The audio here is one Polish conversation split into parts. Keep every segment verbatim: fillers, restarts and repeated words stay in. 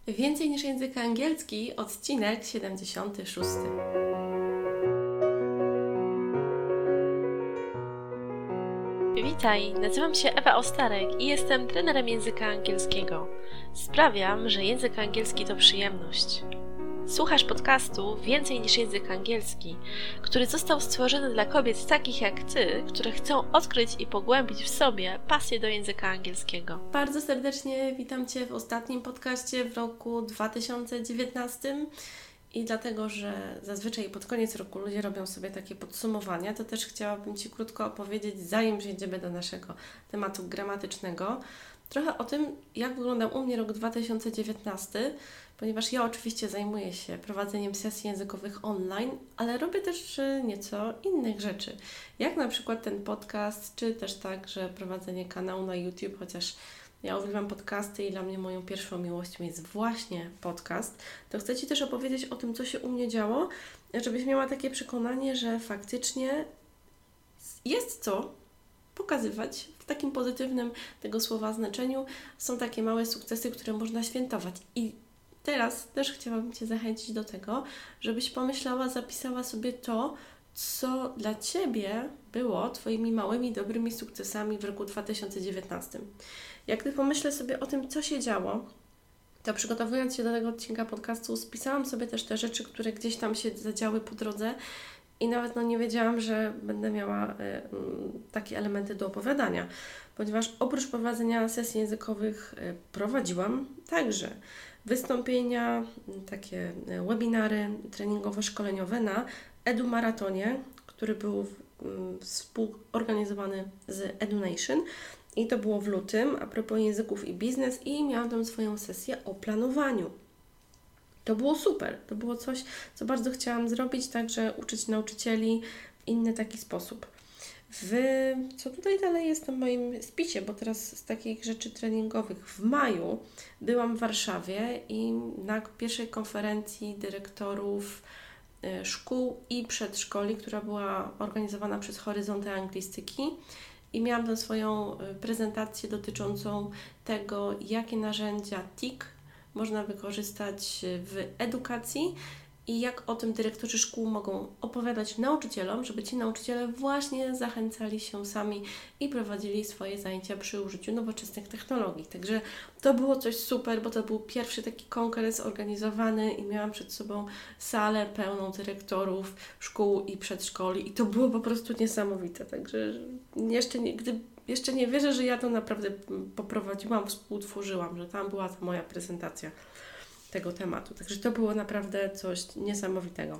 Więcej niż język angielski, odcinek siedemdziesiąty szósty. Witaj, nazywam się Ewa Ostarek i jestem trenerem języka angielskiego. Sprawiam, że język angielski to przyjemność. Słuchasz podcastu Więcej niż język angielski, który został stworzony dla kobiet takich jak Ty, które chcą odkryć i pogłębić w sobie pasję do języka angielskiego. Bardzo serdecznie witam Cię w ostatnim podcaście w roku dwa tysiące dziewiętnastym i dlatego, że zazwyczaj pod koniec roku ludzie robią sobie takie podsumowania, to też chciałabym Ci krótko opowiedzieć, zanim przejdziemy do naszego tematu gramatycznego, trochę o tym, jak wyglądał u mnie rok dwa tysiące dziewiętnasty, ponieważ ja oczywiście zajmuję się prowadzeniem sesji językowych online, ale robię też nieco innych rzeczy, jak na przykład ten podcast, czy też także prowadzenie kanału na YouTube, chociaż ja uwielbiam podcasty i dla mnie moją pierwszą miłością jest właśnie podcast, to chcę Ci też opowiedzieć o tym, co się u mnie działo, żebyś miała takie przekonanie, że faktycznie jest co pokazywać w takim pozytywnym tego słowa znaczeniu. Są takie małe sukcesy, które można świętować. I teraz też chciałabym Cię zachęcić do tego, żebyś pomyślała, zapisała sobie to, co dla Ciebie było Twoimi małymi, dobrymi sukcesami w roku dwa tysiące dziewiętnastym. Jak Ty pomyślę sobie o tym, co się działo, to przygotowując się do tego odcinka podcastu, spisałam sobie też te rzeczy, które gdzieś tam się zadziały po drodze i nawet no, nie wiedziałam, że będę miała y, y, takie elementy do opowiadania, ponieważ oprócz prowadzenia sesji językowych y, prowadziłam także wystąpienia, y, takie y, webinary treningowo-szkoleniowe na EduMaratonie, który był y, współorganizowany z EduNation. I to było w lutym, a propos języków i biznes, i miałam tam swoją sesję o planowaniu. To było super, to było coś, co bardzo chciałam zrobić, także uczyć nauczycieli w inny taki sposób. W, co tutaj dalej jest na moim spisie, bo teraz z takich rzeczy treningowych w maju byłam w Warszawie i na pierwszej konferencji dyrektorów y, szkół i przedszkoli, która była organizowana przez Horyzonty Anglistyki, i miałam tam swoją prezentację dotyczącą tego, jakie narzędzia T I C można wykorzystać w edukacji i jak o tym dyrektorzy szkół mogą opowiadać nauczycielom, żeby ci nauczyciele właśnie zachęcali się sami i prowadzili swoje zajęcia przy użyciu nowoczesnych technologii. Także to było coś super, bo to był pierwszy taki kongres organizowany i miałam przed sobą salę pełną dyrektorów szkół i przedszkoli i to było po prostu niesamowite. Także jeszcze nie, gdy, jeszcze nie wierzę, że ja to naprawdę poprowadziłam, współtworzyłam, że tam była ta moja prezentacja tego tematu. Także to było naprawdę coś niesamowitego.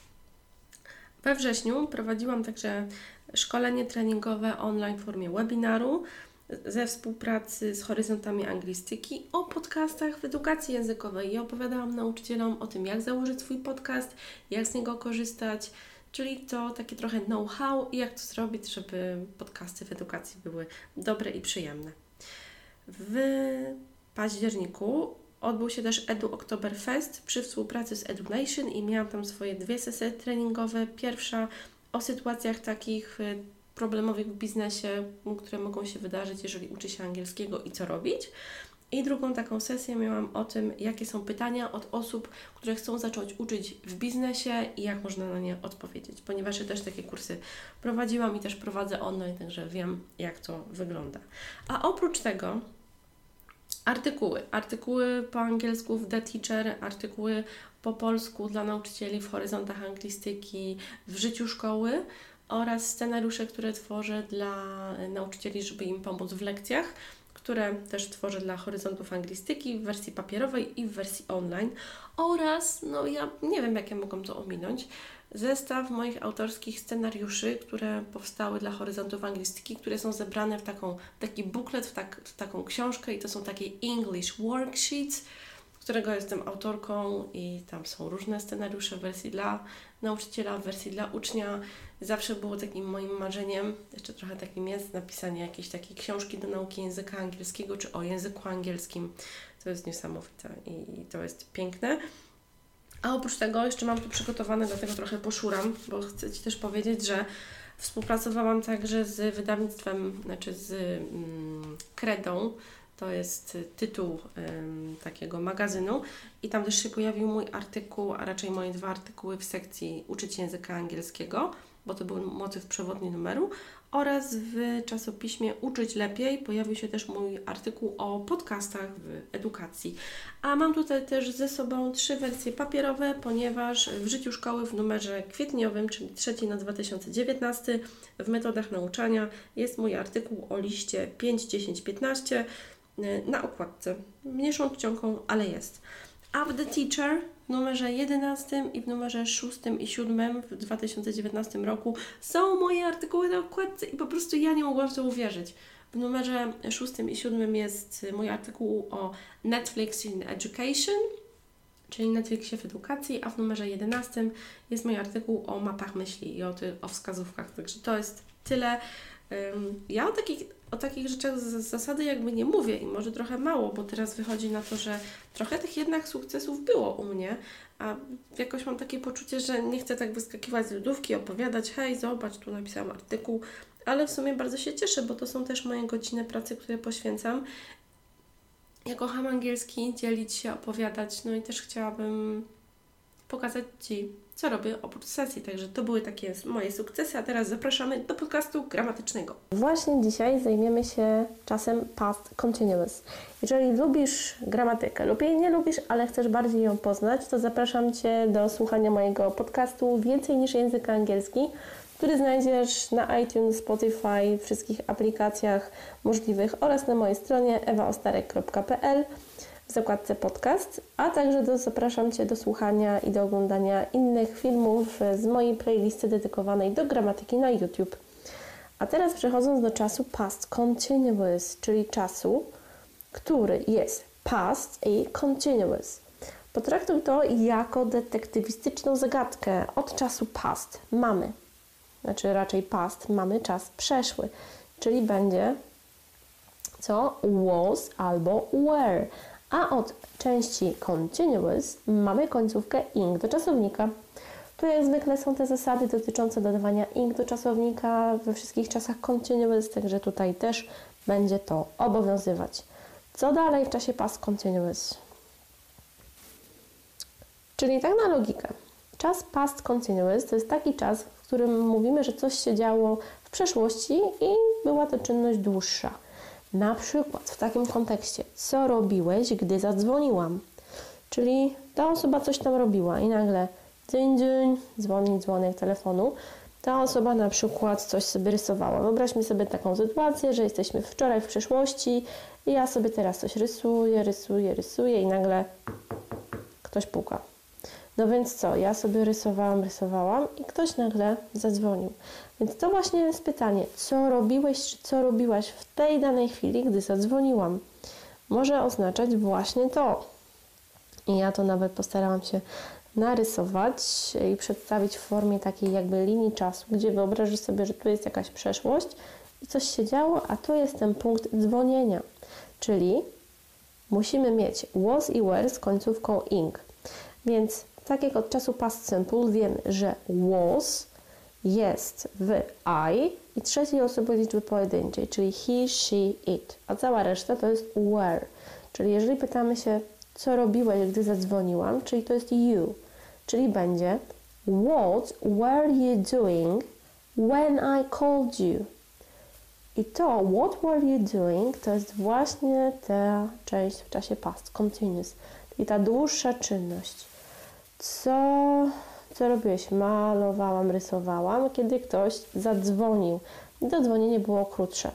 We wrześniu prowadziłam także szkolenie treningowe online w formie webinaru ze współpracy z Horyzontami Anglistyki o podcastach w edukacji językowej i opowiadałam nauczycielom o tym, jak założyć swój podcast, jak z niego korzystać, czyli to takie trochę know-how i jak to zrobić, żeby podcasty w edukacji były dobre i przyjemne. W październiku odbył się też Edu Oktoberfest przy współpracy z EduNation i miałam tam swoje dwie sesje treningowe. Pierwsza o sytuacjach takich problemowych w biznesie, które mogą się wydarzyć, jeżeli uczy się angielskiego i co robić. I drugą taką sesję miałam o tym, jakie są pytania od osób, które chcą zacząć uczyć w biznesie i jak można na nie odpowiedzieć, ponieważ ja też takie kursy prowadziłam i też prowadzę online, także wiem, jak to wygląda. A oprócz tego Artykuły. Artykuły po angielsku w The Teacher, artykuły po polsku dla nauczycieli w Horyzontach Anglistyki, w życiu szkoły oraz scenariusze, które tworzę dla nauczycieli, żeby im pomóc w lekcjach, które też tworzę dla Horyzontów Anglistyki w wersji papierowej i w wersji online oraz, no ja nie wiem, jak ja mogłam to ominąć, zestaw moich autorskich scenariuszy, które powstały dla Horyzontów Anglistyki, które są zebrane w taką, taki booklet, w, tak, w taką książkę i to są takie English Worksheets, którego jestem autorką i tam są różne scenariusze w wersji dla nauczyciela, w wersji dla ucznia. Zawsze było takim moim marzeniem, jeszcze trochę takim jest, napisanie jakiejś takiej książki do nauki języka angielskiego czy o języku angielskim. To jest niesamowite i, i to jest piękne. A oprócz tego jeszcze mam tu przygotowane, dlatego trochę poszuram, bo chcę Ci też powiedzieć, że współpracowałam także z wydawnictwem, znaczy z mm, Kredą, To jest tytuł um, takiego magazynu i tam też się pojawił mój artykuł, a raczej moje dwa artykuły w sekcji Uczyć języka angielskiego, bo to był motyw przewodni numeru, oraz w czasopiśmie Uczyć Lepiej pojawił się też mój artykuł o podcastach w edukacji. A mam tutaj też ze sobą trzy wersje papierowe, ponieważ w Życiu Szkoły w numerze kwietniowym, czyli trzeci na dwa tysiące dziewiętnasty, w metodach nauczania jest mój artykuł o liście pięć, dziesięć, piętnaście na okładce. Mniejszą czcionką, ale jest. A w The Teacher w numerze jedenastym i w numerze szóstym i siódmym w dwa tysiące dziewiętnastym roku są moje artykuły na okładce i po prostu ja nie mogłam w to uwierzyć. W numerze szóstym i siódmym jest mój artykuł o Netflix in Education, czyli Netflixie w edukacji, a w numerze jedenastym jest mój artykuł o mapach myśli i o, ty, o wskazówkach. Także to jest tyle. Ja o takich, o takich rzeczach z zasady jakby nie mówię i może trochę mało, bo teraz wychodzi na to, że trochę tych jednak sukcesów było u mnie, a jakoś mam takie poczucie, że nie chcę tak wyskakiwać z lodówki, opowiadać, hej, zobacz, tu napisałam artykuł, ale w sumie bardzo się cieszę, bo to są też moje godziny pracy, które poświęcam. Ja kocham angielski, dzielić się, opowiadać, no i też chciałabym pokazać Ci, co robię oprócz sesji. Także to były takie moje sukcesy, a teraz zapraszamy do podcastu gramatycznego. Właśnie dzisiaj zajmiemy się czasem past continuous. Jeżeli lubisz gramatykę lub jej nie lubisz, ale chcesz bardziej ją poznać, to zapraszam Cię do słuchania mojego podcastu Więcej niż język angielski, który znajdziesz na iTunes, Spotify, wszystkich aplikacjach możliwych oraz na mojej stronie ewa ostarek kropka pe el w zakładce podcast, a także do, zapraszam Cię do słuchania i do oglądania innych filmów z mojej playlisty dedykowanej do gramatyki na YouTube. A teraz przechodząc do czasu past continuous, czyli czasu, który jest past i continuous. Potraktuj to jako detektywistyczną zagadkę. Od czasu past mamy, znaczy raczej past, mamy czas przeszły, czyli będzie co? Was albo were. A od części continuous mamy końcówkę ing do czasownika. Tu jak zwykle są te zasady dotyczące dodawania ing do czasownika we wszystkich czasach continuous, także tutaj też będzie to obowiązywać. Co dalej w czasie past continuous? Czyli tak na logikę. Czas past continuous to jest taki czas, w którym mówimy, że coś się działo w przeszłości i była to czynność dłuższa. Na przykład w takim kontekście, co robiłeś, gdy zadzwoniłam? Czyli ta osoba coś tam robiła i nagle dzień, dzień, dzwoni dzwonek telefonu. Ta osoba na przykład coś sobie rysowała. Wyobraźmy sobie taką sytuację, że jesteśmy wczoraj w przeszłości i ja sobie teraz coś rysuję, rysuję, rysuję i nagle ktoś puka. No więc co? Ja sobie rysowałam, rysowałam i ktoś nagle zadzwonił. Więc to właśnie jest pytanie, co robiłeś, czy co robiłaś w tej danej chwili, gdy zadzwoniłam? Może oznaczać właśnie to. I ja to nawet postarałam się narysować i przedstawić w formie takiej jakby linii czasu, gdzie wyobrażasz sobie, że tu jest jakaś przeszłość i coś się działo, a tu jest ten punkt dzwonienia. Czyli musimy mieć was i were z końcówką ing. Więc tak jak od czasu past simple wiemy, że was jest w I i trzeciej osoby liczby pojedynczej, czyli he, she, it, a cała reszta to jest were. Czyli jeżeli pytamy się, co robiłeś, gdy zadzwoniłam, czyli to jest you, czyli będzie what were you doing when I called you? I to what were you doing to jest właśnie ta część w czasie past continuous, czyli ta dłuższa czynność. Co, co robiłeś? Malowałam, rysowałam, kiedy ktoś zadzwonił. I to dzwonienie było krótsze.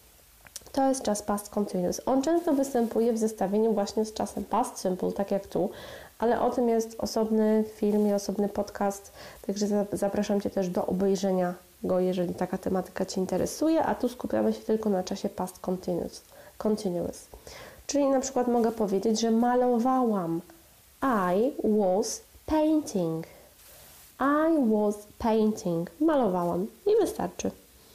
To jest czas past continuous. On często występuje w zestawieniu właśnie z czasem past simple, tak jak tu, ale o tym jest osobny film i osobny podcast, także zapraszam Cię też do obejrzenia go, jeżeli taka tematyka Cię interesuje, a tu skupiamy się tylko na czasie past continuous. continuous. Czyli na przykład mogę powiedzieć, że malowałam. I was painting. I was painting. Malowałam. I wystarczy.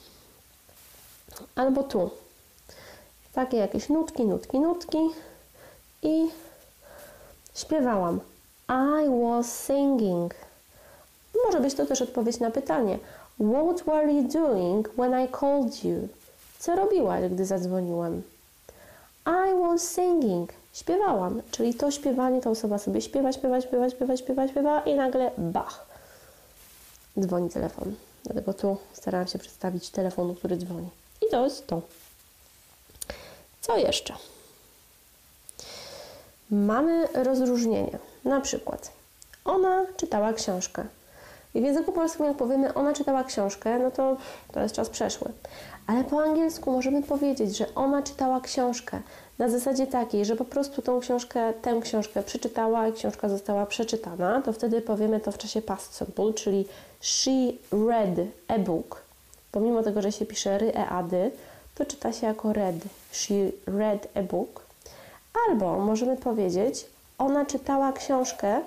Albo tu. Takie jakieś nutki, nutki, nutki. I śpiewałam. I was singing. Może być to też odpowiedź na pytanie. What were you doing when I called you? Co robiłaś, gdy zadzwoniłem? I was singing. Śpiewałam, czyli to śpiewanie, ta osoba sobie śpiewa, śpiewa, śpiewa, śpiewa, śpiewa, śpiewa i nagle bach, dzwoni telefon. Dlatego tu starałam się przedstawić telefonu, który dzwoni. I to jest to. Co jeszcze? Mamy rozróżnienie. Na przykład ona czytała książkę. I w języku polskim jak powiemy ona czytała książkę, no to to jest czas przeszły. Ale po angielsku możemy powiedzieć, że ona czytała książkę na zasadzie takiej, że po prostu tą książkę, tę książkę przeczytała i książka została przeczytana, to wtedy powiemy to w czasie past simple, czyli she read a book. Pomimo tego, że się pisze ry, e, a, dy, to czyta się jako read. She read a book. Albo możemy powiedzieć, ona czytała książkę.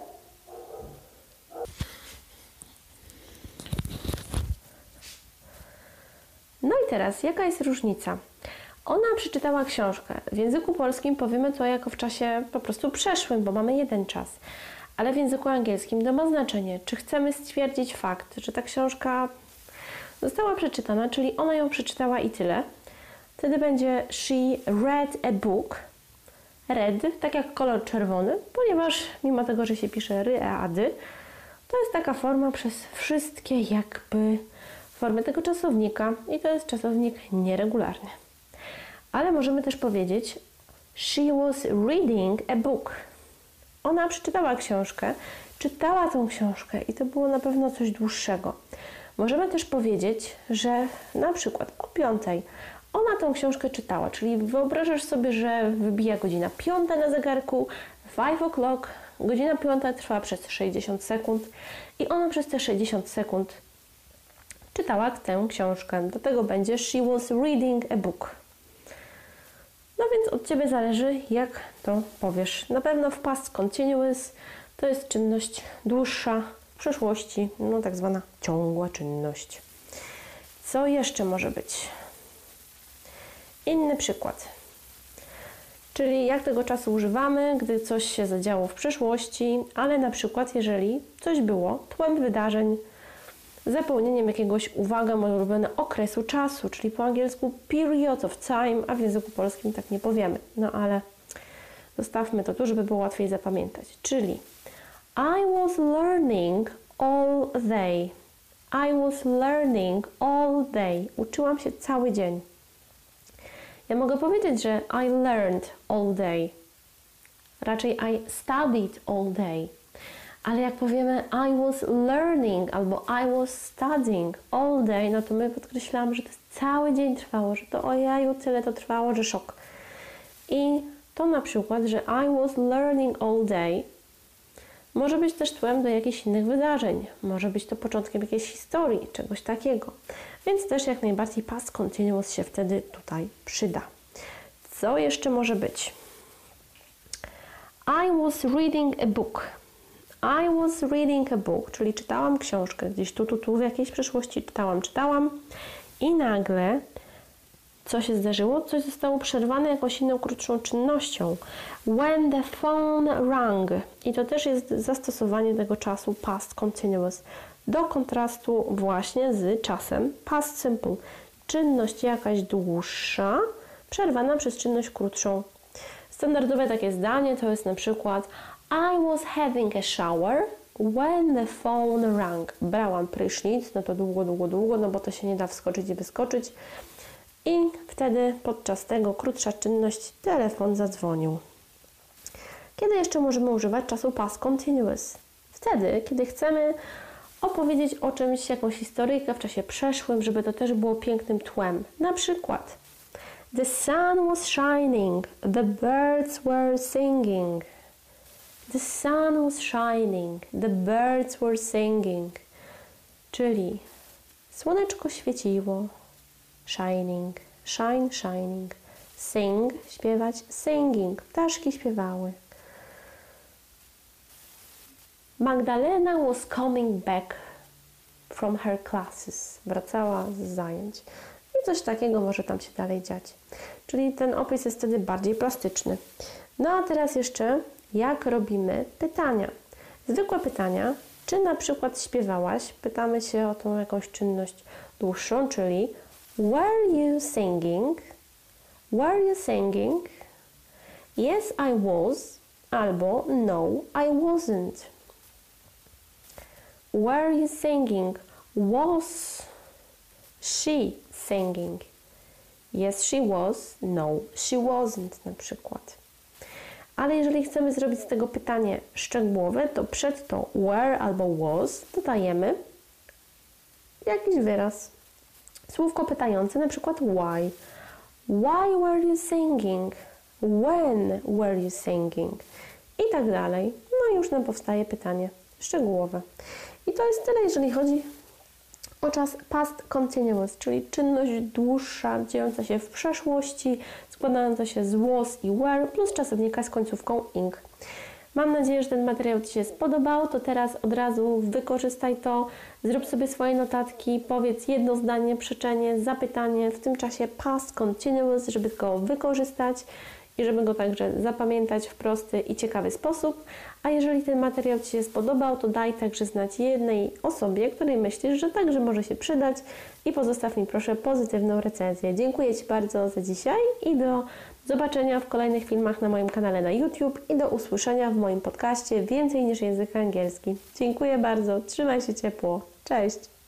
No i teraz, jaka jest różnica? Ona przeczytała książkę. W języku polskim powiemy to jako w czasie po prostu przeszłym, bo mamy jeden czas. Ale w języku angielskim to ma znaczenie, czy chcemy stwierdzić fakt, że ta książka została przeczytana, czyli ona ją przeczytała i tyle. Wtedy będzie she read a book. Read, tak jak kolor czerwony, ponieważ mimo tego, że się pisze ry, e, a, dy, to jest taka forma przez wszystkie jakby formy tego czasownika i to jest czasownik nieregularny. Ale możemy też powiedzieć she was reading a book. Ona przeczytała książkę, czytała tą książkę i to było na pewno coś dłuższego. Możemy też powiedzieć, że na przykład o piątej ona tą książkę czytała, czyli wyobrażasz sobie, że wybija godzina piąta na zegarku, five o'clock, godzina piąta trwa przez sześćdziesiąt sekund i ona przez te sześćdziesiąt sekund czytała tę książkę. Do tego będzie she was reading a book. No więc od Ciebie zależy, jak to powiesz. Na pewno w past continuous to jest czynność dłuższa, w przeszłości, no tak zwana ciągła czynność. Co jeszcze może być? Inny przykład. Czyli jak tego czasu używamy, gdy coś się zadziało w przeszłości, ale na przykład jeżeli coś było tłem wydarzeń, zapełnieniem jakiegoś, uwaga, moje ulubione, okresu czasu, czyli po angielsku period of time, a w języku polskim tak nie powiemy. No ale zostawmy to tu, żeby było łatwiej zapamiętać. Czyli I was learning all day. I was learning all day. Uczyłam się cały dzień. Ja mogę powiedzieć, że I learned all day. Raczej I studied all day. Ale jak powiemy I was learning albo I was studying all day, no to my podkreślamy, że to cały dzień trwało, że to ojeju, tyle to trwało, że szok. I to na przykład, że I was learning all day może być też tłem do jakichś innych wydarzeń. Może być to początkiem jakiejś historii, czegoś takiego. Więc też jak najbardziej past continuous się wtedy tutaj przyda. Co jeszcze może być? I was reading a book. I was reading a book, czyli czytałam książkę. Gdzieś tu, tu, tu w jakiejś przeszłości czytałam, czytałam i nagle co się zdarzyło? Coś zostało przerwane jakąś inną, krótszą czynnością. When the phone rang. I to też jest zastosowanie tego czasu past continuous do kontrastu właśnie z czasem past simple. Czynność jakaś dłuższa, przerwana przez czynność krótszą. Standardowe takie zdanie to jest na przykład I was having a shower when the phone rang. Brałam prysznic, no to długo, długo, długo, no bo to się nie da wskoczyć i wyskoczyć. I wtedy podczas tego krótsza czynność telefon zadzwonił. Kiedy jeszcze możemy używać czasu past continuous? Wtedy, kiedy chcemy opowiedzieć o czymś, jakąś historyjkę w czasie przeszłym, żeby to też było pięknym tłem. Na przykład The sun was shining, the birds were singing. The sun was shining, the birds were singing. Czyli słoneczko świeciło. Shining, shine, shining. Sing, śpiewać, singing. Ptaszki śpiewały. Magdalena was coming back from her classes. Wracała z zajęć. I coś takiego może tam się dalej dziać. Czyli ten opis jest wtedy bardziej plastyczny. No a teraz jeszcze, jak robimy pytania. Zwykłe pytania. Czy na przykład śpiewałaś? Pytamy się o tą jakąś czynność dłuższą, czyli Were you singing? Were you singing? Yes, I was albo no, I wasn't. Were you singing? Was she singing? Yes, she was. No, she wasn't na przykład. Ale jeżeli chcemy zrobić z tego pytanie szczegółowe, to przed to were albo was dodajemy jakiś wyraz. Słówko pytające, na przykład why. Why were you singing? When were you singing? I tak dalej. No i już nam powstaje pytanie szczegółowe. I to jest tyle, jeżeli chodzi o czas past continuous, czyli czynność dłuższa, dziejąca się w przeszłości, składająca się z was i were, plus czasownika z końcówką ing. Mam nadzieję, że ten materiał Ci się spodobał, to teraz od razu wykorzystaj to, zrób sobie swoje notatki, powiedz jedno zdanie, przeczenie, zapytanie w tym czasie past continuous, żeby go wykorzystać i żeby go także zapamiętać w prosty i ciekawy sposób. A jeżeli ten materiał Ci się spodobał, to daj także znać jednej osobie, której myślisz, że także może się przydać i pozostaw mi proszę pozytywną recenzję. Dziękuję Ci bardzo za dzisiaj i do zobaczenia w kolejnych filmach na moim kanale na YouTube i do usłyszenia w moim podcaście Więcej niż język angielski. Dziękuję bardzo, trzymaj się ciepło, cześć!